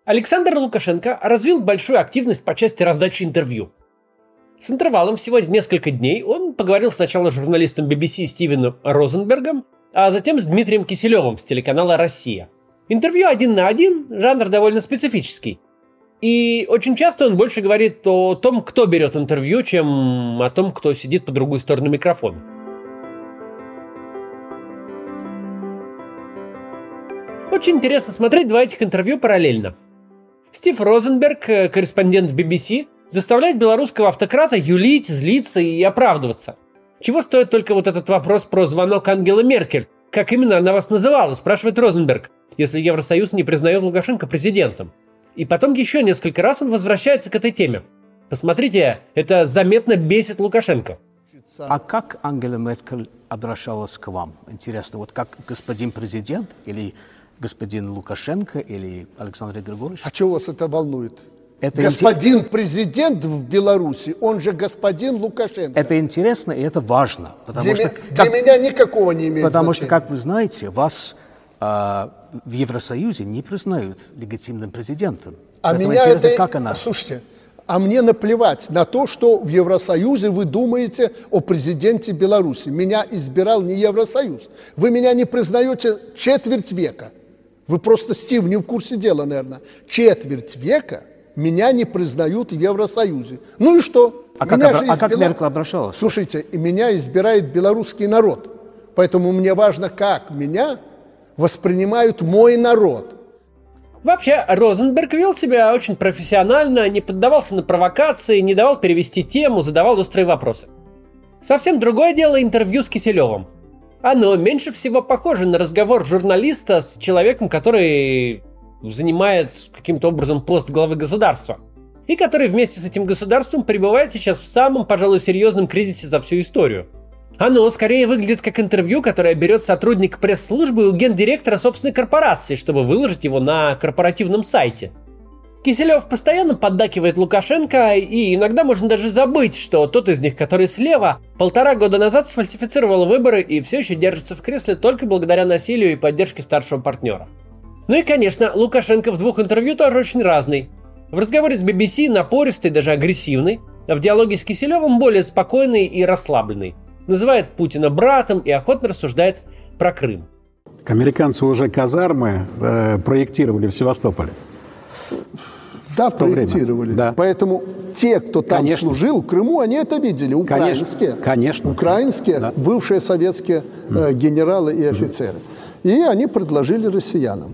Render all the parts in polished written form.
Александр Лукашенко развил большую активность по части раздачи интервью. С интервалом всего несколько дней он поговорил сначала с журналистом BBC Стивеном Розенбергом, а затем с Дмитрием Киселевым с телеканала «Россия». Интервью 1 на 1, жанр довольно специфический. И очень часто он больше говорит о том, кто берет интервью, чем о том, кто сидит по другую сторону микрофона. Очень интересно смотреть два этих интервью параллельно. Стив Розенберг, корреспондент BBC, заставляет белорусского автократа юлить, злиться и оправдываться. Чего стоит только вот этот вопрос про звонок Ангелы Меркель? Как именно она вас называла, спрашивает Розенберг, если Евросоюз не признает Лукашенко президентом. И потом еще несколько раз он возвращается к этой теме. Посмотрите, это заметно бесит Лукашенко. А как Ангела Меркель обращалась к вам? Интересно, вот как господин президент или господин Лукашенко или Александр Григорьевич? А чего вас это волнует? Господин президент в Беларуси, он же господин Лукашенко. Это интересно и это важно. Для меня никакого не имеет потому значения. Что, как вы знаете, вас в Евросоюзе не признают легитимным президентом. А поэтому меня это... как она? Слушайте, а мне наплевать на то, что в Евросоюзе вы думаете о президенте Беларуси. Меня избирал не Евросоюз. Вы меня не признаете четверть века. Вы просто, Стив, не в курсе дела, наверное. Четверть века меня не признают в Евросоюзе. Ну и что? А как Меркель обращалась? Слушайте, меня избирает белорусский народ. Поэтому мне важно, как меня воспринимают мой народ. Вообще, Розенберг вел себя очень профессионально, не поддавался на провокации, не давал перевести тему, задавал острые вопросы. Совсем другое дело интервью с Киселевым. Оно меньше всего похоже на разговор журналиста с человеком, который занимает каким-то образом пост главы государства. И который вместе с этим государством пребывает сейчас в самом, пожалуй, серьезном кризисе за всю историю. Оно скорее выглядит как интервью, которое берет сотрудник пресс-службы у гендиректора собственной корпорации, чтобы выложить его на корпоративном сайте. Киселев постоянно поддакивает Лукашенко, и иногда можно даже забыть, что тот из них, который слева, 1,5 года назад сфальсифицировал выборы и все еще держится в кресле только благодаря насилию и поддержке старшего партнера. Ну и, конечно, Лукашенко в двух интервью тоже очень разный. В разговоре с BBC напористый, даже агрессивный, а в диалоге с Киселевым более спокойный и расслабленный. Называет Путина братом и охотно рассуждает про Крым. Американцы уже казармы проектировали в Севастополе. Да, проектировали. Да. Поэтому те, кто там служил в Крыму, они это видели. Украинские. Конечно. Украинские, да. Бывшие советские генералы и офицеры. И они предложили россиянам.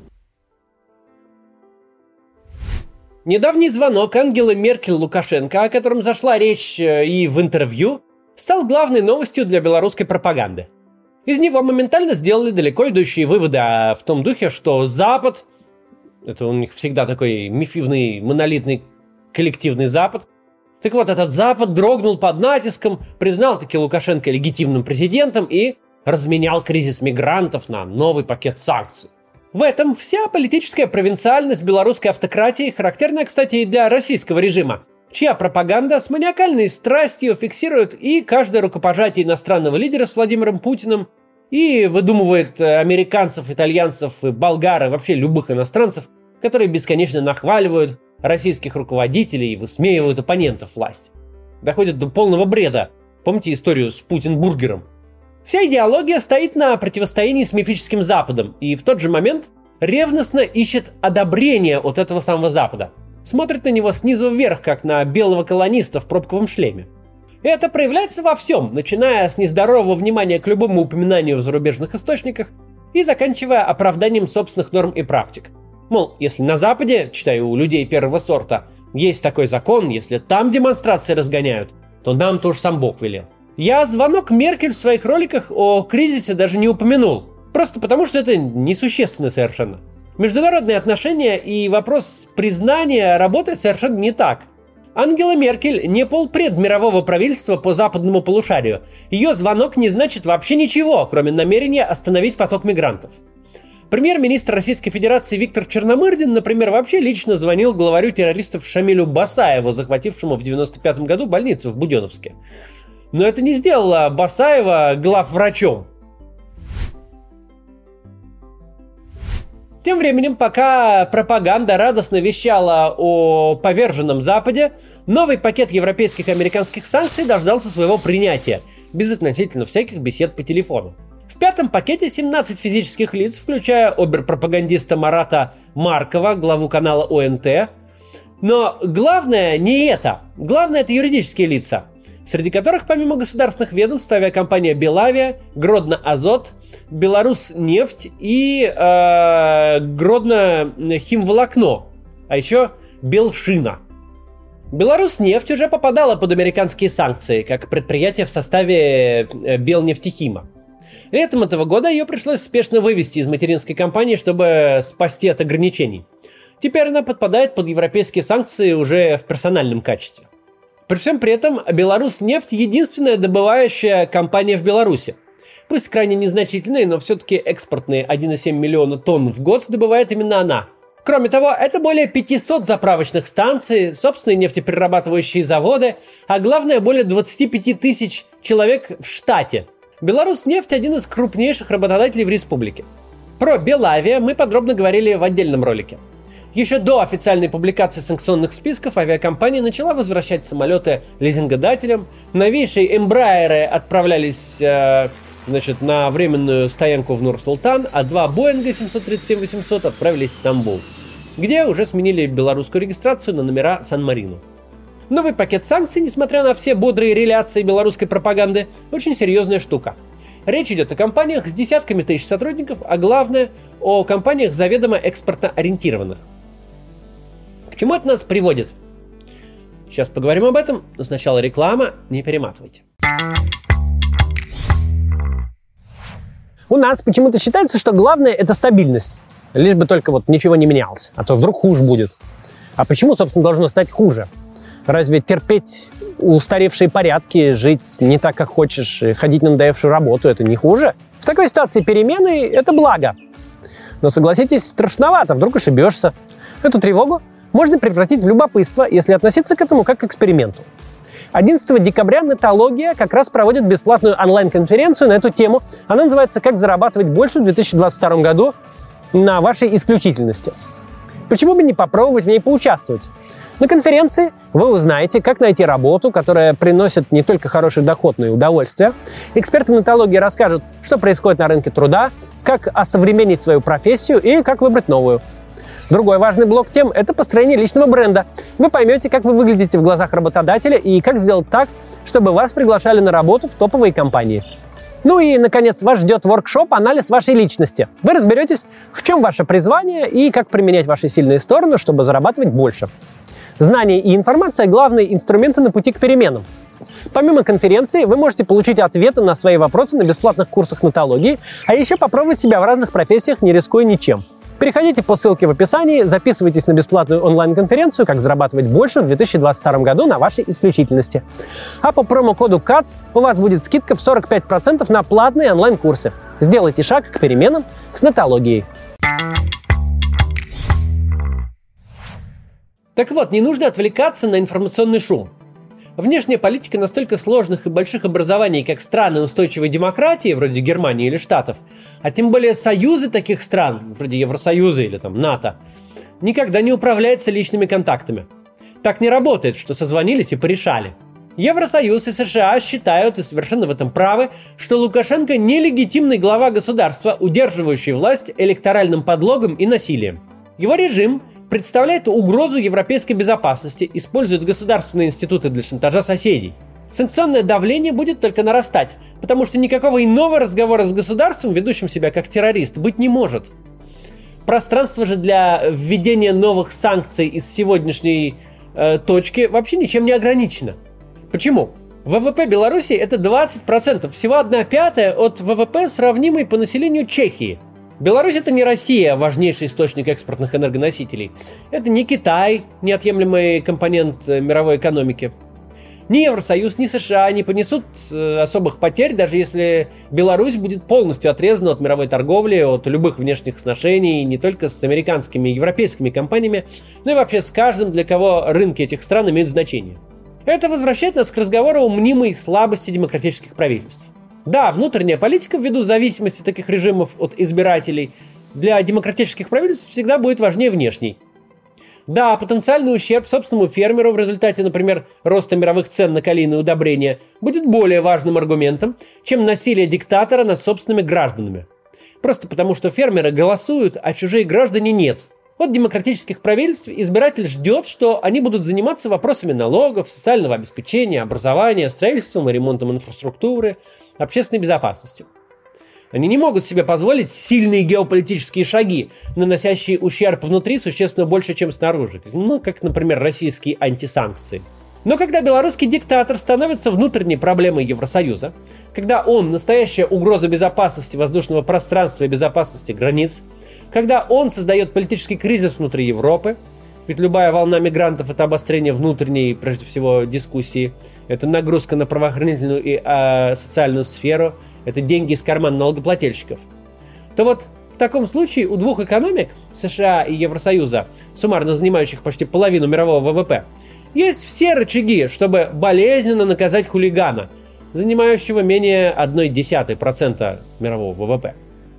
Недавний звонок Ангелы Меркель Лукашенко, о котором зашла речь и в интервью, стал главной новостью для белорусской пропаганды. Из него моментально сделали далеко идущие выводы в том духе, что Запад, это у них всегда такой мифивный, монолитный, коллективный Запад, так вот, этот Запад дрогнул под натиском, признал таки Лукашенко легитимным президентом и разменял кризис мигрантов на новый пакет санкций. В этом вся политическая провинциальность белорусской автократии, характерная, кстати, и для российского режима, чья пропаганда с маниакальной страстью фиксирует и каждое рукопожатие иностранного лидера с Владимиром Путиным, и выдумывает американцев, итальянцев, болгар и вообще любых иностранцев, которые бесконечно нахваливают российских руководителей и высмеивают оппонентов власти. Доходит до полного бреда. Помните историю с Путин-бургером? Вся идеология стоит на противостоянии с мифическим Западом, и в тот же момент ревностно ищет одобрение от этого самого Запада. Смотрит на него снизу вверх, как на белого колониста в пробковом шлеме. И это проявляется во всем, начиная с нездорового внимания к любому упоминанию в зарубежных источниках и заканчивая оправданием собственных норм и практик. Мол, если на Западе, читаю, у людей первого сорта, есть такой закон, если там демонстрации разгоняют, то нам тоже сам Бог велел. Я звонок Меркель в своих роликах о кризисе даже не упомянул. Просто потому, что это несущественно совершенно. Международные отношения и вопрос признания работают совершенно не так. Ангела Меркель не полпред мирового правительства по западному полушарию. Ее звонок не значит вообще ничего, кроме намерения остановить поток мигрантов. Премьер-министр Российской Федерации Виктор Черномырдин, например, вообще лично звонил главарю террористов Шамилю Басаеву, захватившему в 1995 году больницу в Буденновске. Но это не сделало Басаева главврачом. Тем временем, пока пропаганда радостно вещала о поверженном Западе, новый пакет европейских и американских санкций дождался своего принятия, без относительно всяких бесед по телефону. В пятом пакете 17 физических лиц, включая оберпропагандиста Марата Маркова, главу канала ОНТ. Но главное не это. Главное — это юридические лица, среди которых помимо государственных ведомств авиакомпания «Белавия», «Гродно-Азот», «Беларус-нефть» и «Гродно-Химволокно», а еще «Белшина». «Беларус-нефть» уже попадала под американские санкции, как предприятие в составе «Белнефтехима». Летом этого года ее пришлось спешно вывести из материнской компании, чтобы спасти от ограничений. Теперь она подпадает под европейские санкции уже в персональном качестве. При всем при этом «Беларус-нефть» — единственная добывающая компания в Беларуси. Пусть крайне незначительные, но все-таки экспортные 1,7 миллиона тонн в год добывает именно она. Кроме того, это более 500 заправочных станций, собственные нефтеперерабатывающие заводы, а главное, более 25 тысяч человек в штате. «Беларус-нефть» — один из крупнейших работодателей в республике. Про «Белавия» мы подробно говорили в отдельном ролике. Еще до официальной публикации санкционных списков авиакомпания начала возвращать самолеты лизингодателям. Новейшие эмбраеры отправлялись на временную стоянку в Нур-Султан, а два Боинга 737-800 отправились в Стамбул, где уже сменили белорусскую регистрацию на номера Сан-Марино. Новый пакет санкций, несмотря на все бодрые реляции белорусской пропаганды, очень серьезная штука. Речь идет о компаниях с десятками тысяч сотрудников, а главное, о компаниях заведомо экспортно ориентированных. К чему это нас приводит? Сейчас поговорим об этом, но сначала реклама, не перематывайте. У нас почему-то считается, что главное — это стабильность. Лишь бы только ничего не менялось, а то вдруг хуже будет. А почему, собственно, должно стать хуже? Разве терпеть устаревшие порядки, жить не так, как хочешь, ходить на надоевшую работу — это не хуже? В такой ситуации перемены — это благо. Но, согласитесь, страшновато, вдруг ошибешься. Эту тревогу можно превратить в любопытство, если относиться к этому как к эксперименту. 11 декабря Нетология как раз проводит бесплатную онлайн-конференцию на эту тему. Она называется «Как зарабатывать больше в 2022 году на вашей исключительности». Почему бы не попробовать в ней поучаствовать? На конференции вы узнаете, как найти работу, которая приносит не только хороший доход, но и удовольствие. Эксперты Нетологии расскажут, что происходит на рынке труда, как осовременить свою профессию и как выбрать новую. Другой важный блок тем – это построение личного бренда. Вы поймете, как вы выглядите в глазах работодателя и как сделать так, чтобы вас приглашали на работу в топовые компании. Ну и, наконец, вас ждет воркшоп «Анализ вашей личности». Вы разберетесь, в чем ваше призвание и как применять ваши сильные стороны, чтобы зарабатывать больше. Знания и информация – главные инструменты на пути к переменам. Помимо конференции, вы можете получить ответы на свои вопросы на бесплатных курсах Нетологии, а еще попробовать себя в разных профессиях, не рискуя ничем. Переходите по ссылке в описании, записывайтесь на бесплатную онлайн-конференцию «Как зарабатывать больше в 2022 году на вашей исключительности». А по промокоду КАЦ у вас будет скидка в 45% на платные онлайн-курсы. Сделайте шаг к переменам с Нетологией. Так вот, не нужно отвлекаться на информационный шум. Внешняя политика настолько сложных и больших образований, как страны устойчивой демократии, вроде Германии или Штатов, а тем более союзы таких стран, вроде Евросоюза или НАТО, никогда не управляется личными контактами. Так не работает, что созвонились и порешали. Евросоюз и США считают, и совершенно в этом правы, что Лукашенко нелегитимный глава государства, удерживающий власть электоральным подлогом и насилием. Его режим представляет угрозу европейской безопасности, использует государственные институты для шантажа соседей. Санкционное давление будет только нарастать, потому что никакого иного разговора с государством, ведущим себя как террорист, быть не может. Пространство же для введения новых санкций из сегодняшней точки вообще ничем не ограничено. Почему? ВВП Беларуси это 20%, всего 1/5 от ВВП, сравнимой по населению Чехии. Беларусь — это не Россия, важнейший источник экспортных энергоносителей. Это не Китай, неотъемлемый компонент мировой экономики. Ни Евросоюз, ни США не понесут особых потерь, даже если Беларусь будет полностью отрезана от мировой торговли, от любых внешних сношений, не только с американскими и европейскими компаниями, но и вообще с каждым, для кого рынки этих стран имеют значение. Это возвращает нас к разговору о мнимой слабости демократических правительств. Да, внутренняя политика ввиду зависимости таких режимов от избирателей для демократических правительств всегда будет важнее внешней. Да, потенциальный ущерб собственному фермеру в результате, например, роста мировых цен на калийные удобрения будет более важным аргументом, чем насилие диктатора над собственными гражданами. Просто потому, что фермеры голосуют, а чужие граждане нет. От демократических правительств избиратель ждет, что они будут заниматься вопросами налогов, социального обеспечения, образования, строительством и ремонтом инфраструктуры, общественной безопасностью. Они не могут себе позволить сильные геополитические шаги, наносящие ущерб внутри существенно больше, чем снаружи. Как, например, российские антисанкции. Но когда белорусский диктатор становится внутренней проблемой Евросоюза, когда он настоящая угроза безопасности воздушного пространства и безопасности границ, когда он создает политический кризис внутри Европы, ведь любая волна мигрантов – это обострение внутренней, прежде всего, дискуссии, это нагрузка на правоохранительную и социальную сферу, это деньги из кармана налогоплательщиков, то вот в таком случае у двух экономик, США и Евросоюза, суммарно занимающих почти половину мирового ВВП, есть все рычаги, чтобы болезненно наказать хулигана, занимающего менее 0,1% мирового ВВП.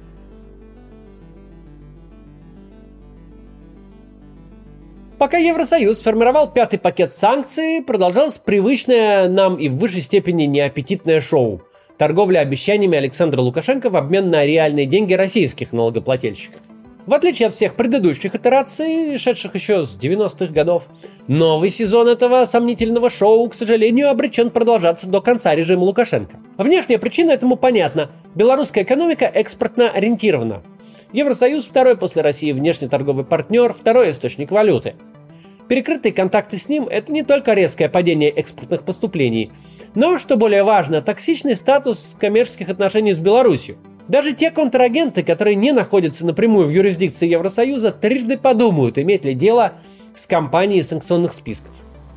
Пока Евросоюз формировал пятый пакет санкций, продолжалось привычное нам и в высшей степени неаппетитное шоу – торговля обещаниями Александра Лукашенко в обмен на реальные деньги российских налогоплательщиков. В отличие от всех предыдущих итераций, шедших еще с 90-х годов, новый сезон этого сомнительного шоу, к сожалению, обречен продолжаться до конца режима Лукашенко. Внешняя причина этому понятна. Белорусская экономика экспортно ориентирована. Евросоюз – второй после России внешнеторговый партнер, второй источник валюты. Перекрытые контакты с ним – это не только резкое падение экспортных поступлений, но, что более важно, токсичный статус коммерческих отношений с Беларусью. Даже те контрагенты, которые не находятся напрямую в юрисдикции Евросоюза, трижды подумают, иметь ли дело с компанией санкционных списков.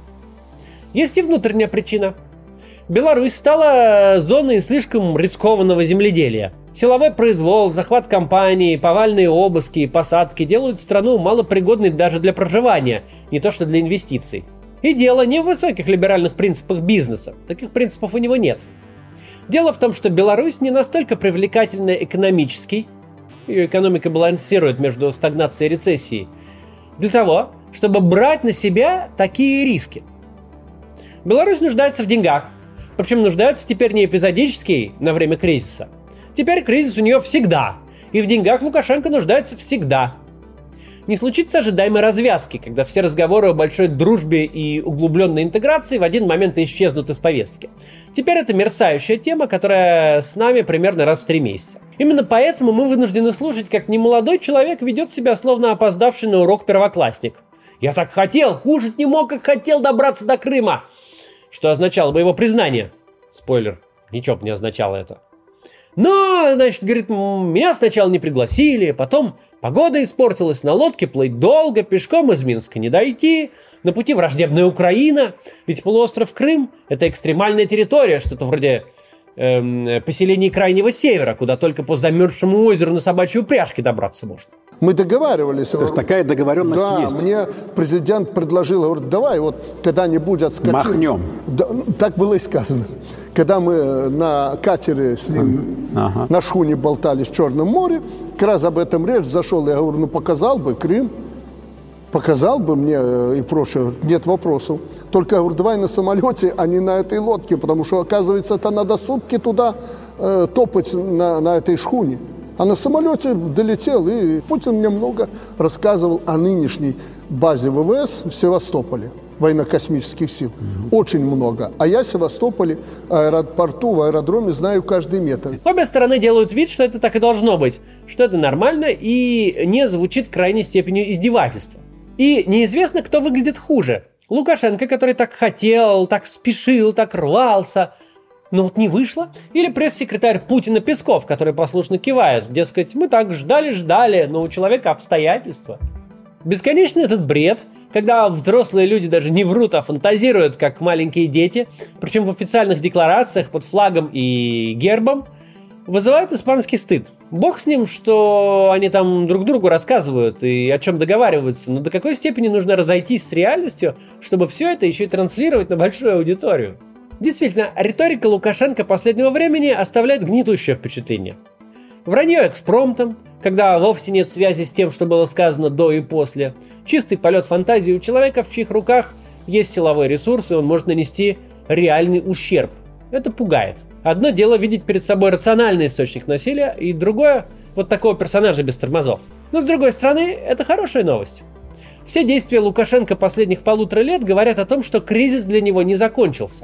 Есть и внутренняя причина. Беларусь стала зоной слишком рискованного земледелия. Силовой произвол, захват компаний, повальные обыски и посадки делают страну малопригодной даже для проживания, не то что для инвестиций. И дело не в высоких либеральных принципах бизнеса, таких принципов у него нет. Дело в том, что Беларусь не настолько привлекательна экономически, ее экономика балансирует между стагнацией и рецессией, для того, чтобы брать на себя такие риски. Беларусь нуждается в деньгах, причем нуждается теперь не эпизодически на время кризиса. Теперь кризис у нее всегда, и в деньгах Лукашенко нуждается всегда. Не случится ожидаемой развязки, когда все разговоры о большой дружбе и углубленной интеграции в один момент исчезнут из повестки. Теперь это мерцающая тема, которая с нами примерно раз в 3 месяца. Именно поэтому мы вынуждены слушать, как немолодой человек ведет себя словно опоздавший на урок первоклассник. «Я так хотел, кушать не мог, как хотел добраться до Крыма!» Что означало бы его признание. Спойлер, ничего бы не означало это. Но, значит, говорит, меня сначала не пригласили, потом погода испортилась, на лодке плыть долго, пешком из Минска не дойти, на пути враждебная Украина, ведь полуостров Крым – это экстремальная территория, что-то вроде поселений Крайнего Севера, куда только по замерзшему озеру на собачьей упряжке добраться можно. Мы договаривались. То есть такая договоренность есть? Да, мне президент предложил, говорит, давай вот когда-нибудь отскочим. Махнем. Да, так было и сказано. Когда мы на катере с ним на шхуне болтались в Черном море, как раз об этом речь зашел, я говорю, показал бы Крым, показал бы мне и прочее, нет вопросов. Только, я говорю, давай на самолете, а не на этой лодке, потому что, оказывается, это надо сутки туда топать на этой шхуне. А на самолете долетел, и Путин мне много рассказывал о нынешней базе ВВС в Севастополе, военно-космических сил. Очень много. А я в Севастополе, аэропорту, в аэродроме знаю каждый метр. Обе стороны делают вид, что это так и должно быть, что это нормально и не звучит крайней степенью издевательства. И неизвестно, кто выглядит хуже. Лукашенко, который так хотел, так спешил, так рвался, но вот не вышло. Или пресс-секретарь Путина Песков, который послушно кивает. Дескать, мы так ждали, но у человека обстоятельства. Бесконечный этот бред, когда взрослые люди даже не врут, а фантазируют, как маленькие дети, причем в официальных декларациях под флагом и гербом, вызывает испанский стыд. Бог с ним, что они там друг другу рассказывают и о чем договариваются, но до какой степени нужно разойтись с реальностью, чтобы все это еще и транслировать на большую аудиторию. Действительно, риторика Лукашенко последнего времени оставляет гнетущее впечатление. Вранье экспромтом, когда вовсе нет связи с тем, что было сказано до и после. Чистый полет фантазии у человека, в чьих руках есть силовой ресурс, и он может нанести реальный ущерб. Это пугает. Одно дело видеть перед собой рациональный источник насилия, и другое – вот такого персонажа без тормозов. Но с другой стороны, это хорошая новость. Все действия Лукашенко последних 1,5 лет говорят о том, что кризис для него не закончился.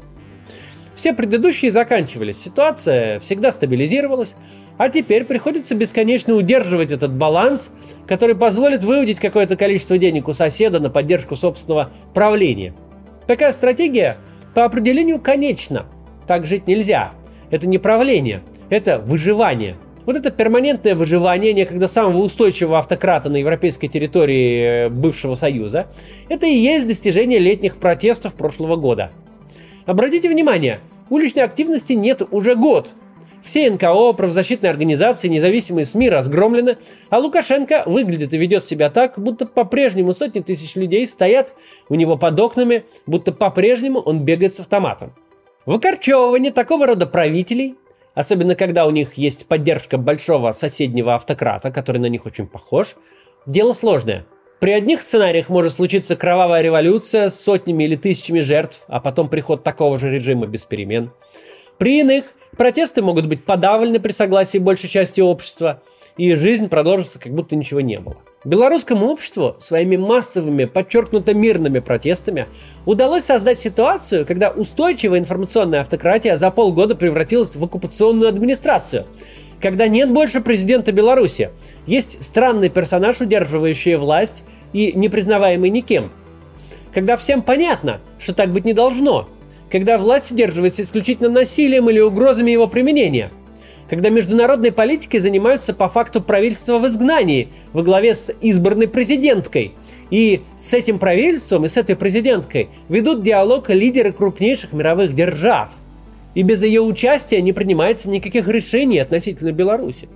Все предыдущие заканчивались, ситуация всегда стабилизировалась, а теперь приходится бесконечно удерживать этот баланс, который позволит выудить какое-то количество денег у соседа на поддержку собственного правления. Такая стратегия по определению конечна. Так жить нельзя. Это не правление, это выживание. Вот это перманентное выживание некогда самого устойчивого автократа на европейской территории бывшего Союза, это и есть достижение летних протестов прошлого года. Обратите внимание, уличной активности нет уже год. Все НКО, правозащитные организации, независимые СМИ разгромлены, а Лукашенко выглядит и ведет себя так, будто по-прежнему сотни тысяч людей стоят у него под окнами, будто по-прежнему он бегает с автоматом. Выкорчевывание такого рода правителей, особенно когда у них есть поддержка большого соседнего автократа, который на них очень похож, дело сложное. При одних сценариях может случиться кровавая революция с сотнями или тысячами жертв, а потом приход такого же режима без перемен. При иных протесты могут быть подавлены при согласии большей части общества, и жизнь продолжится, как будто ничего не было. Белорусскому обществу своими массовыми, подчеркнуто мирными протестами удалось создать ситуацию, когда устойчивая информационная автократия за полгода превратилась в оккупационную администрацию. Когда нет больше президента Беларуси, есть странный персонаж, удерживающий власть и не признаваемый никем. Когда всем понятно, что так быть не должно. Когда власть удерживается исключительно насилием или угрозами его применения. Когда международной политикой занимаются по факту правительства в изгнании во главе с избранной президенткой. И с этим правительством и с этой президенткой ведут диалог лидеры крупнейших мировых держав. И без ее участия не принимается никаких решений относительно Беларуси.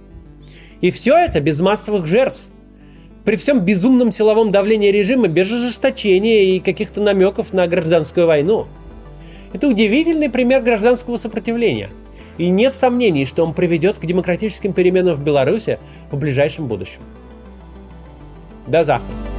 И все это без массовых жертв. При всем безумном силовом давлении режима, без ожесточения и каких-то намеков на гражданскую войну. Это удивительный пример гражданского сопротивления. И нет сомнений, что он приведет к демократическим переменам в Беларуси в ближайшем будущем. До завтра.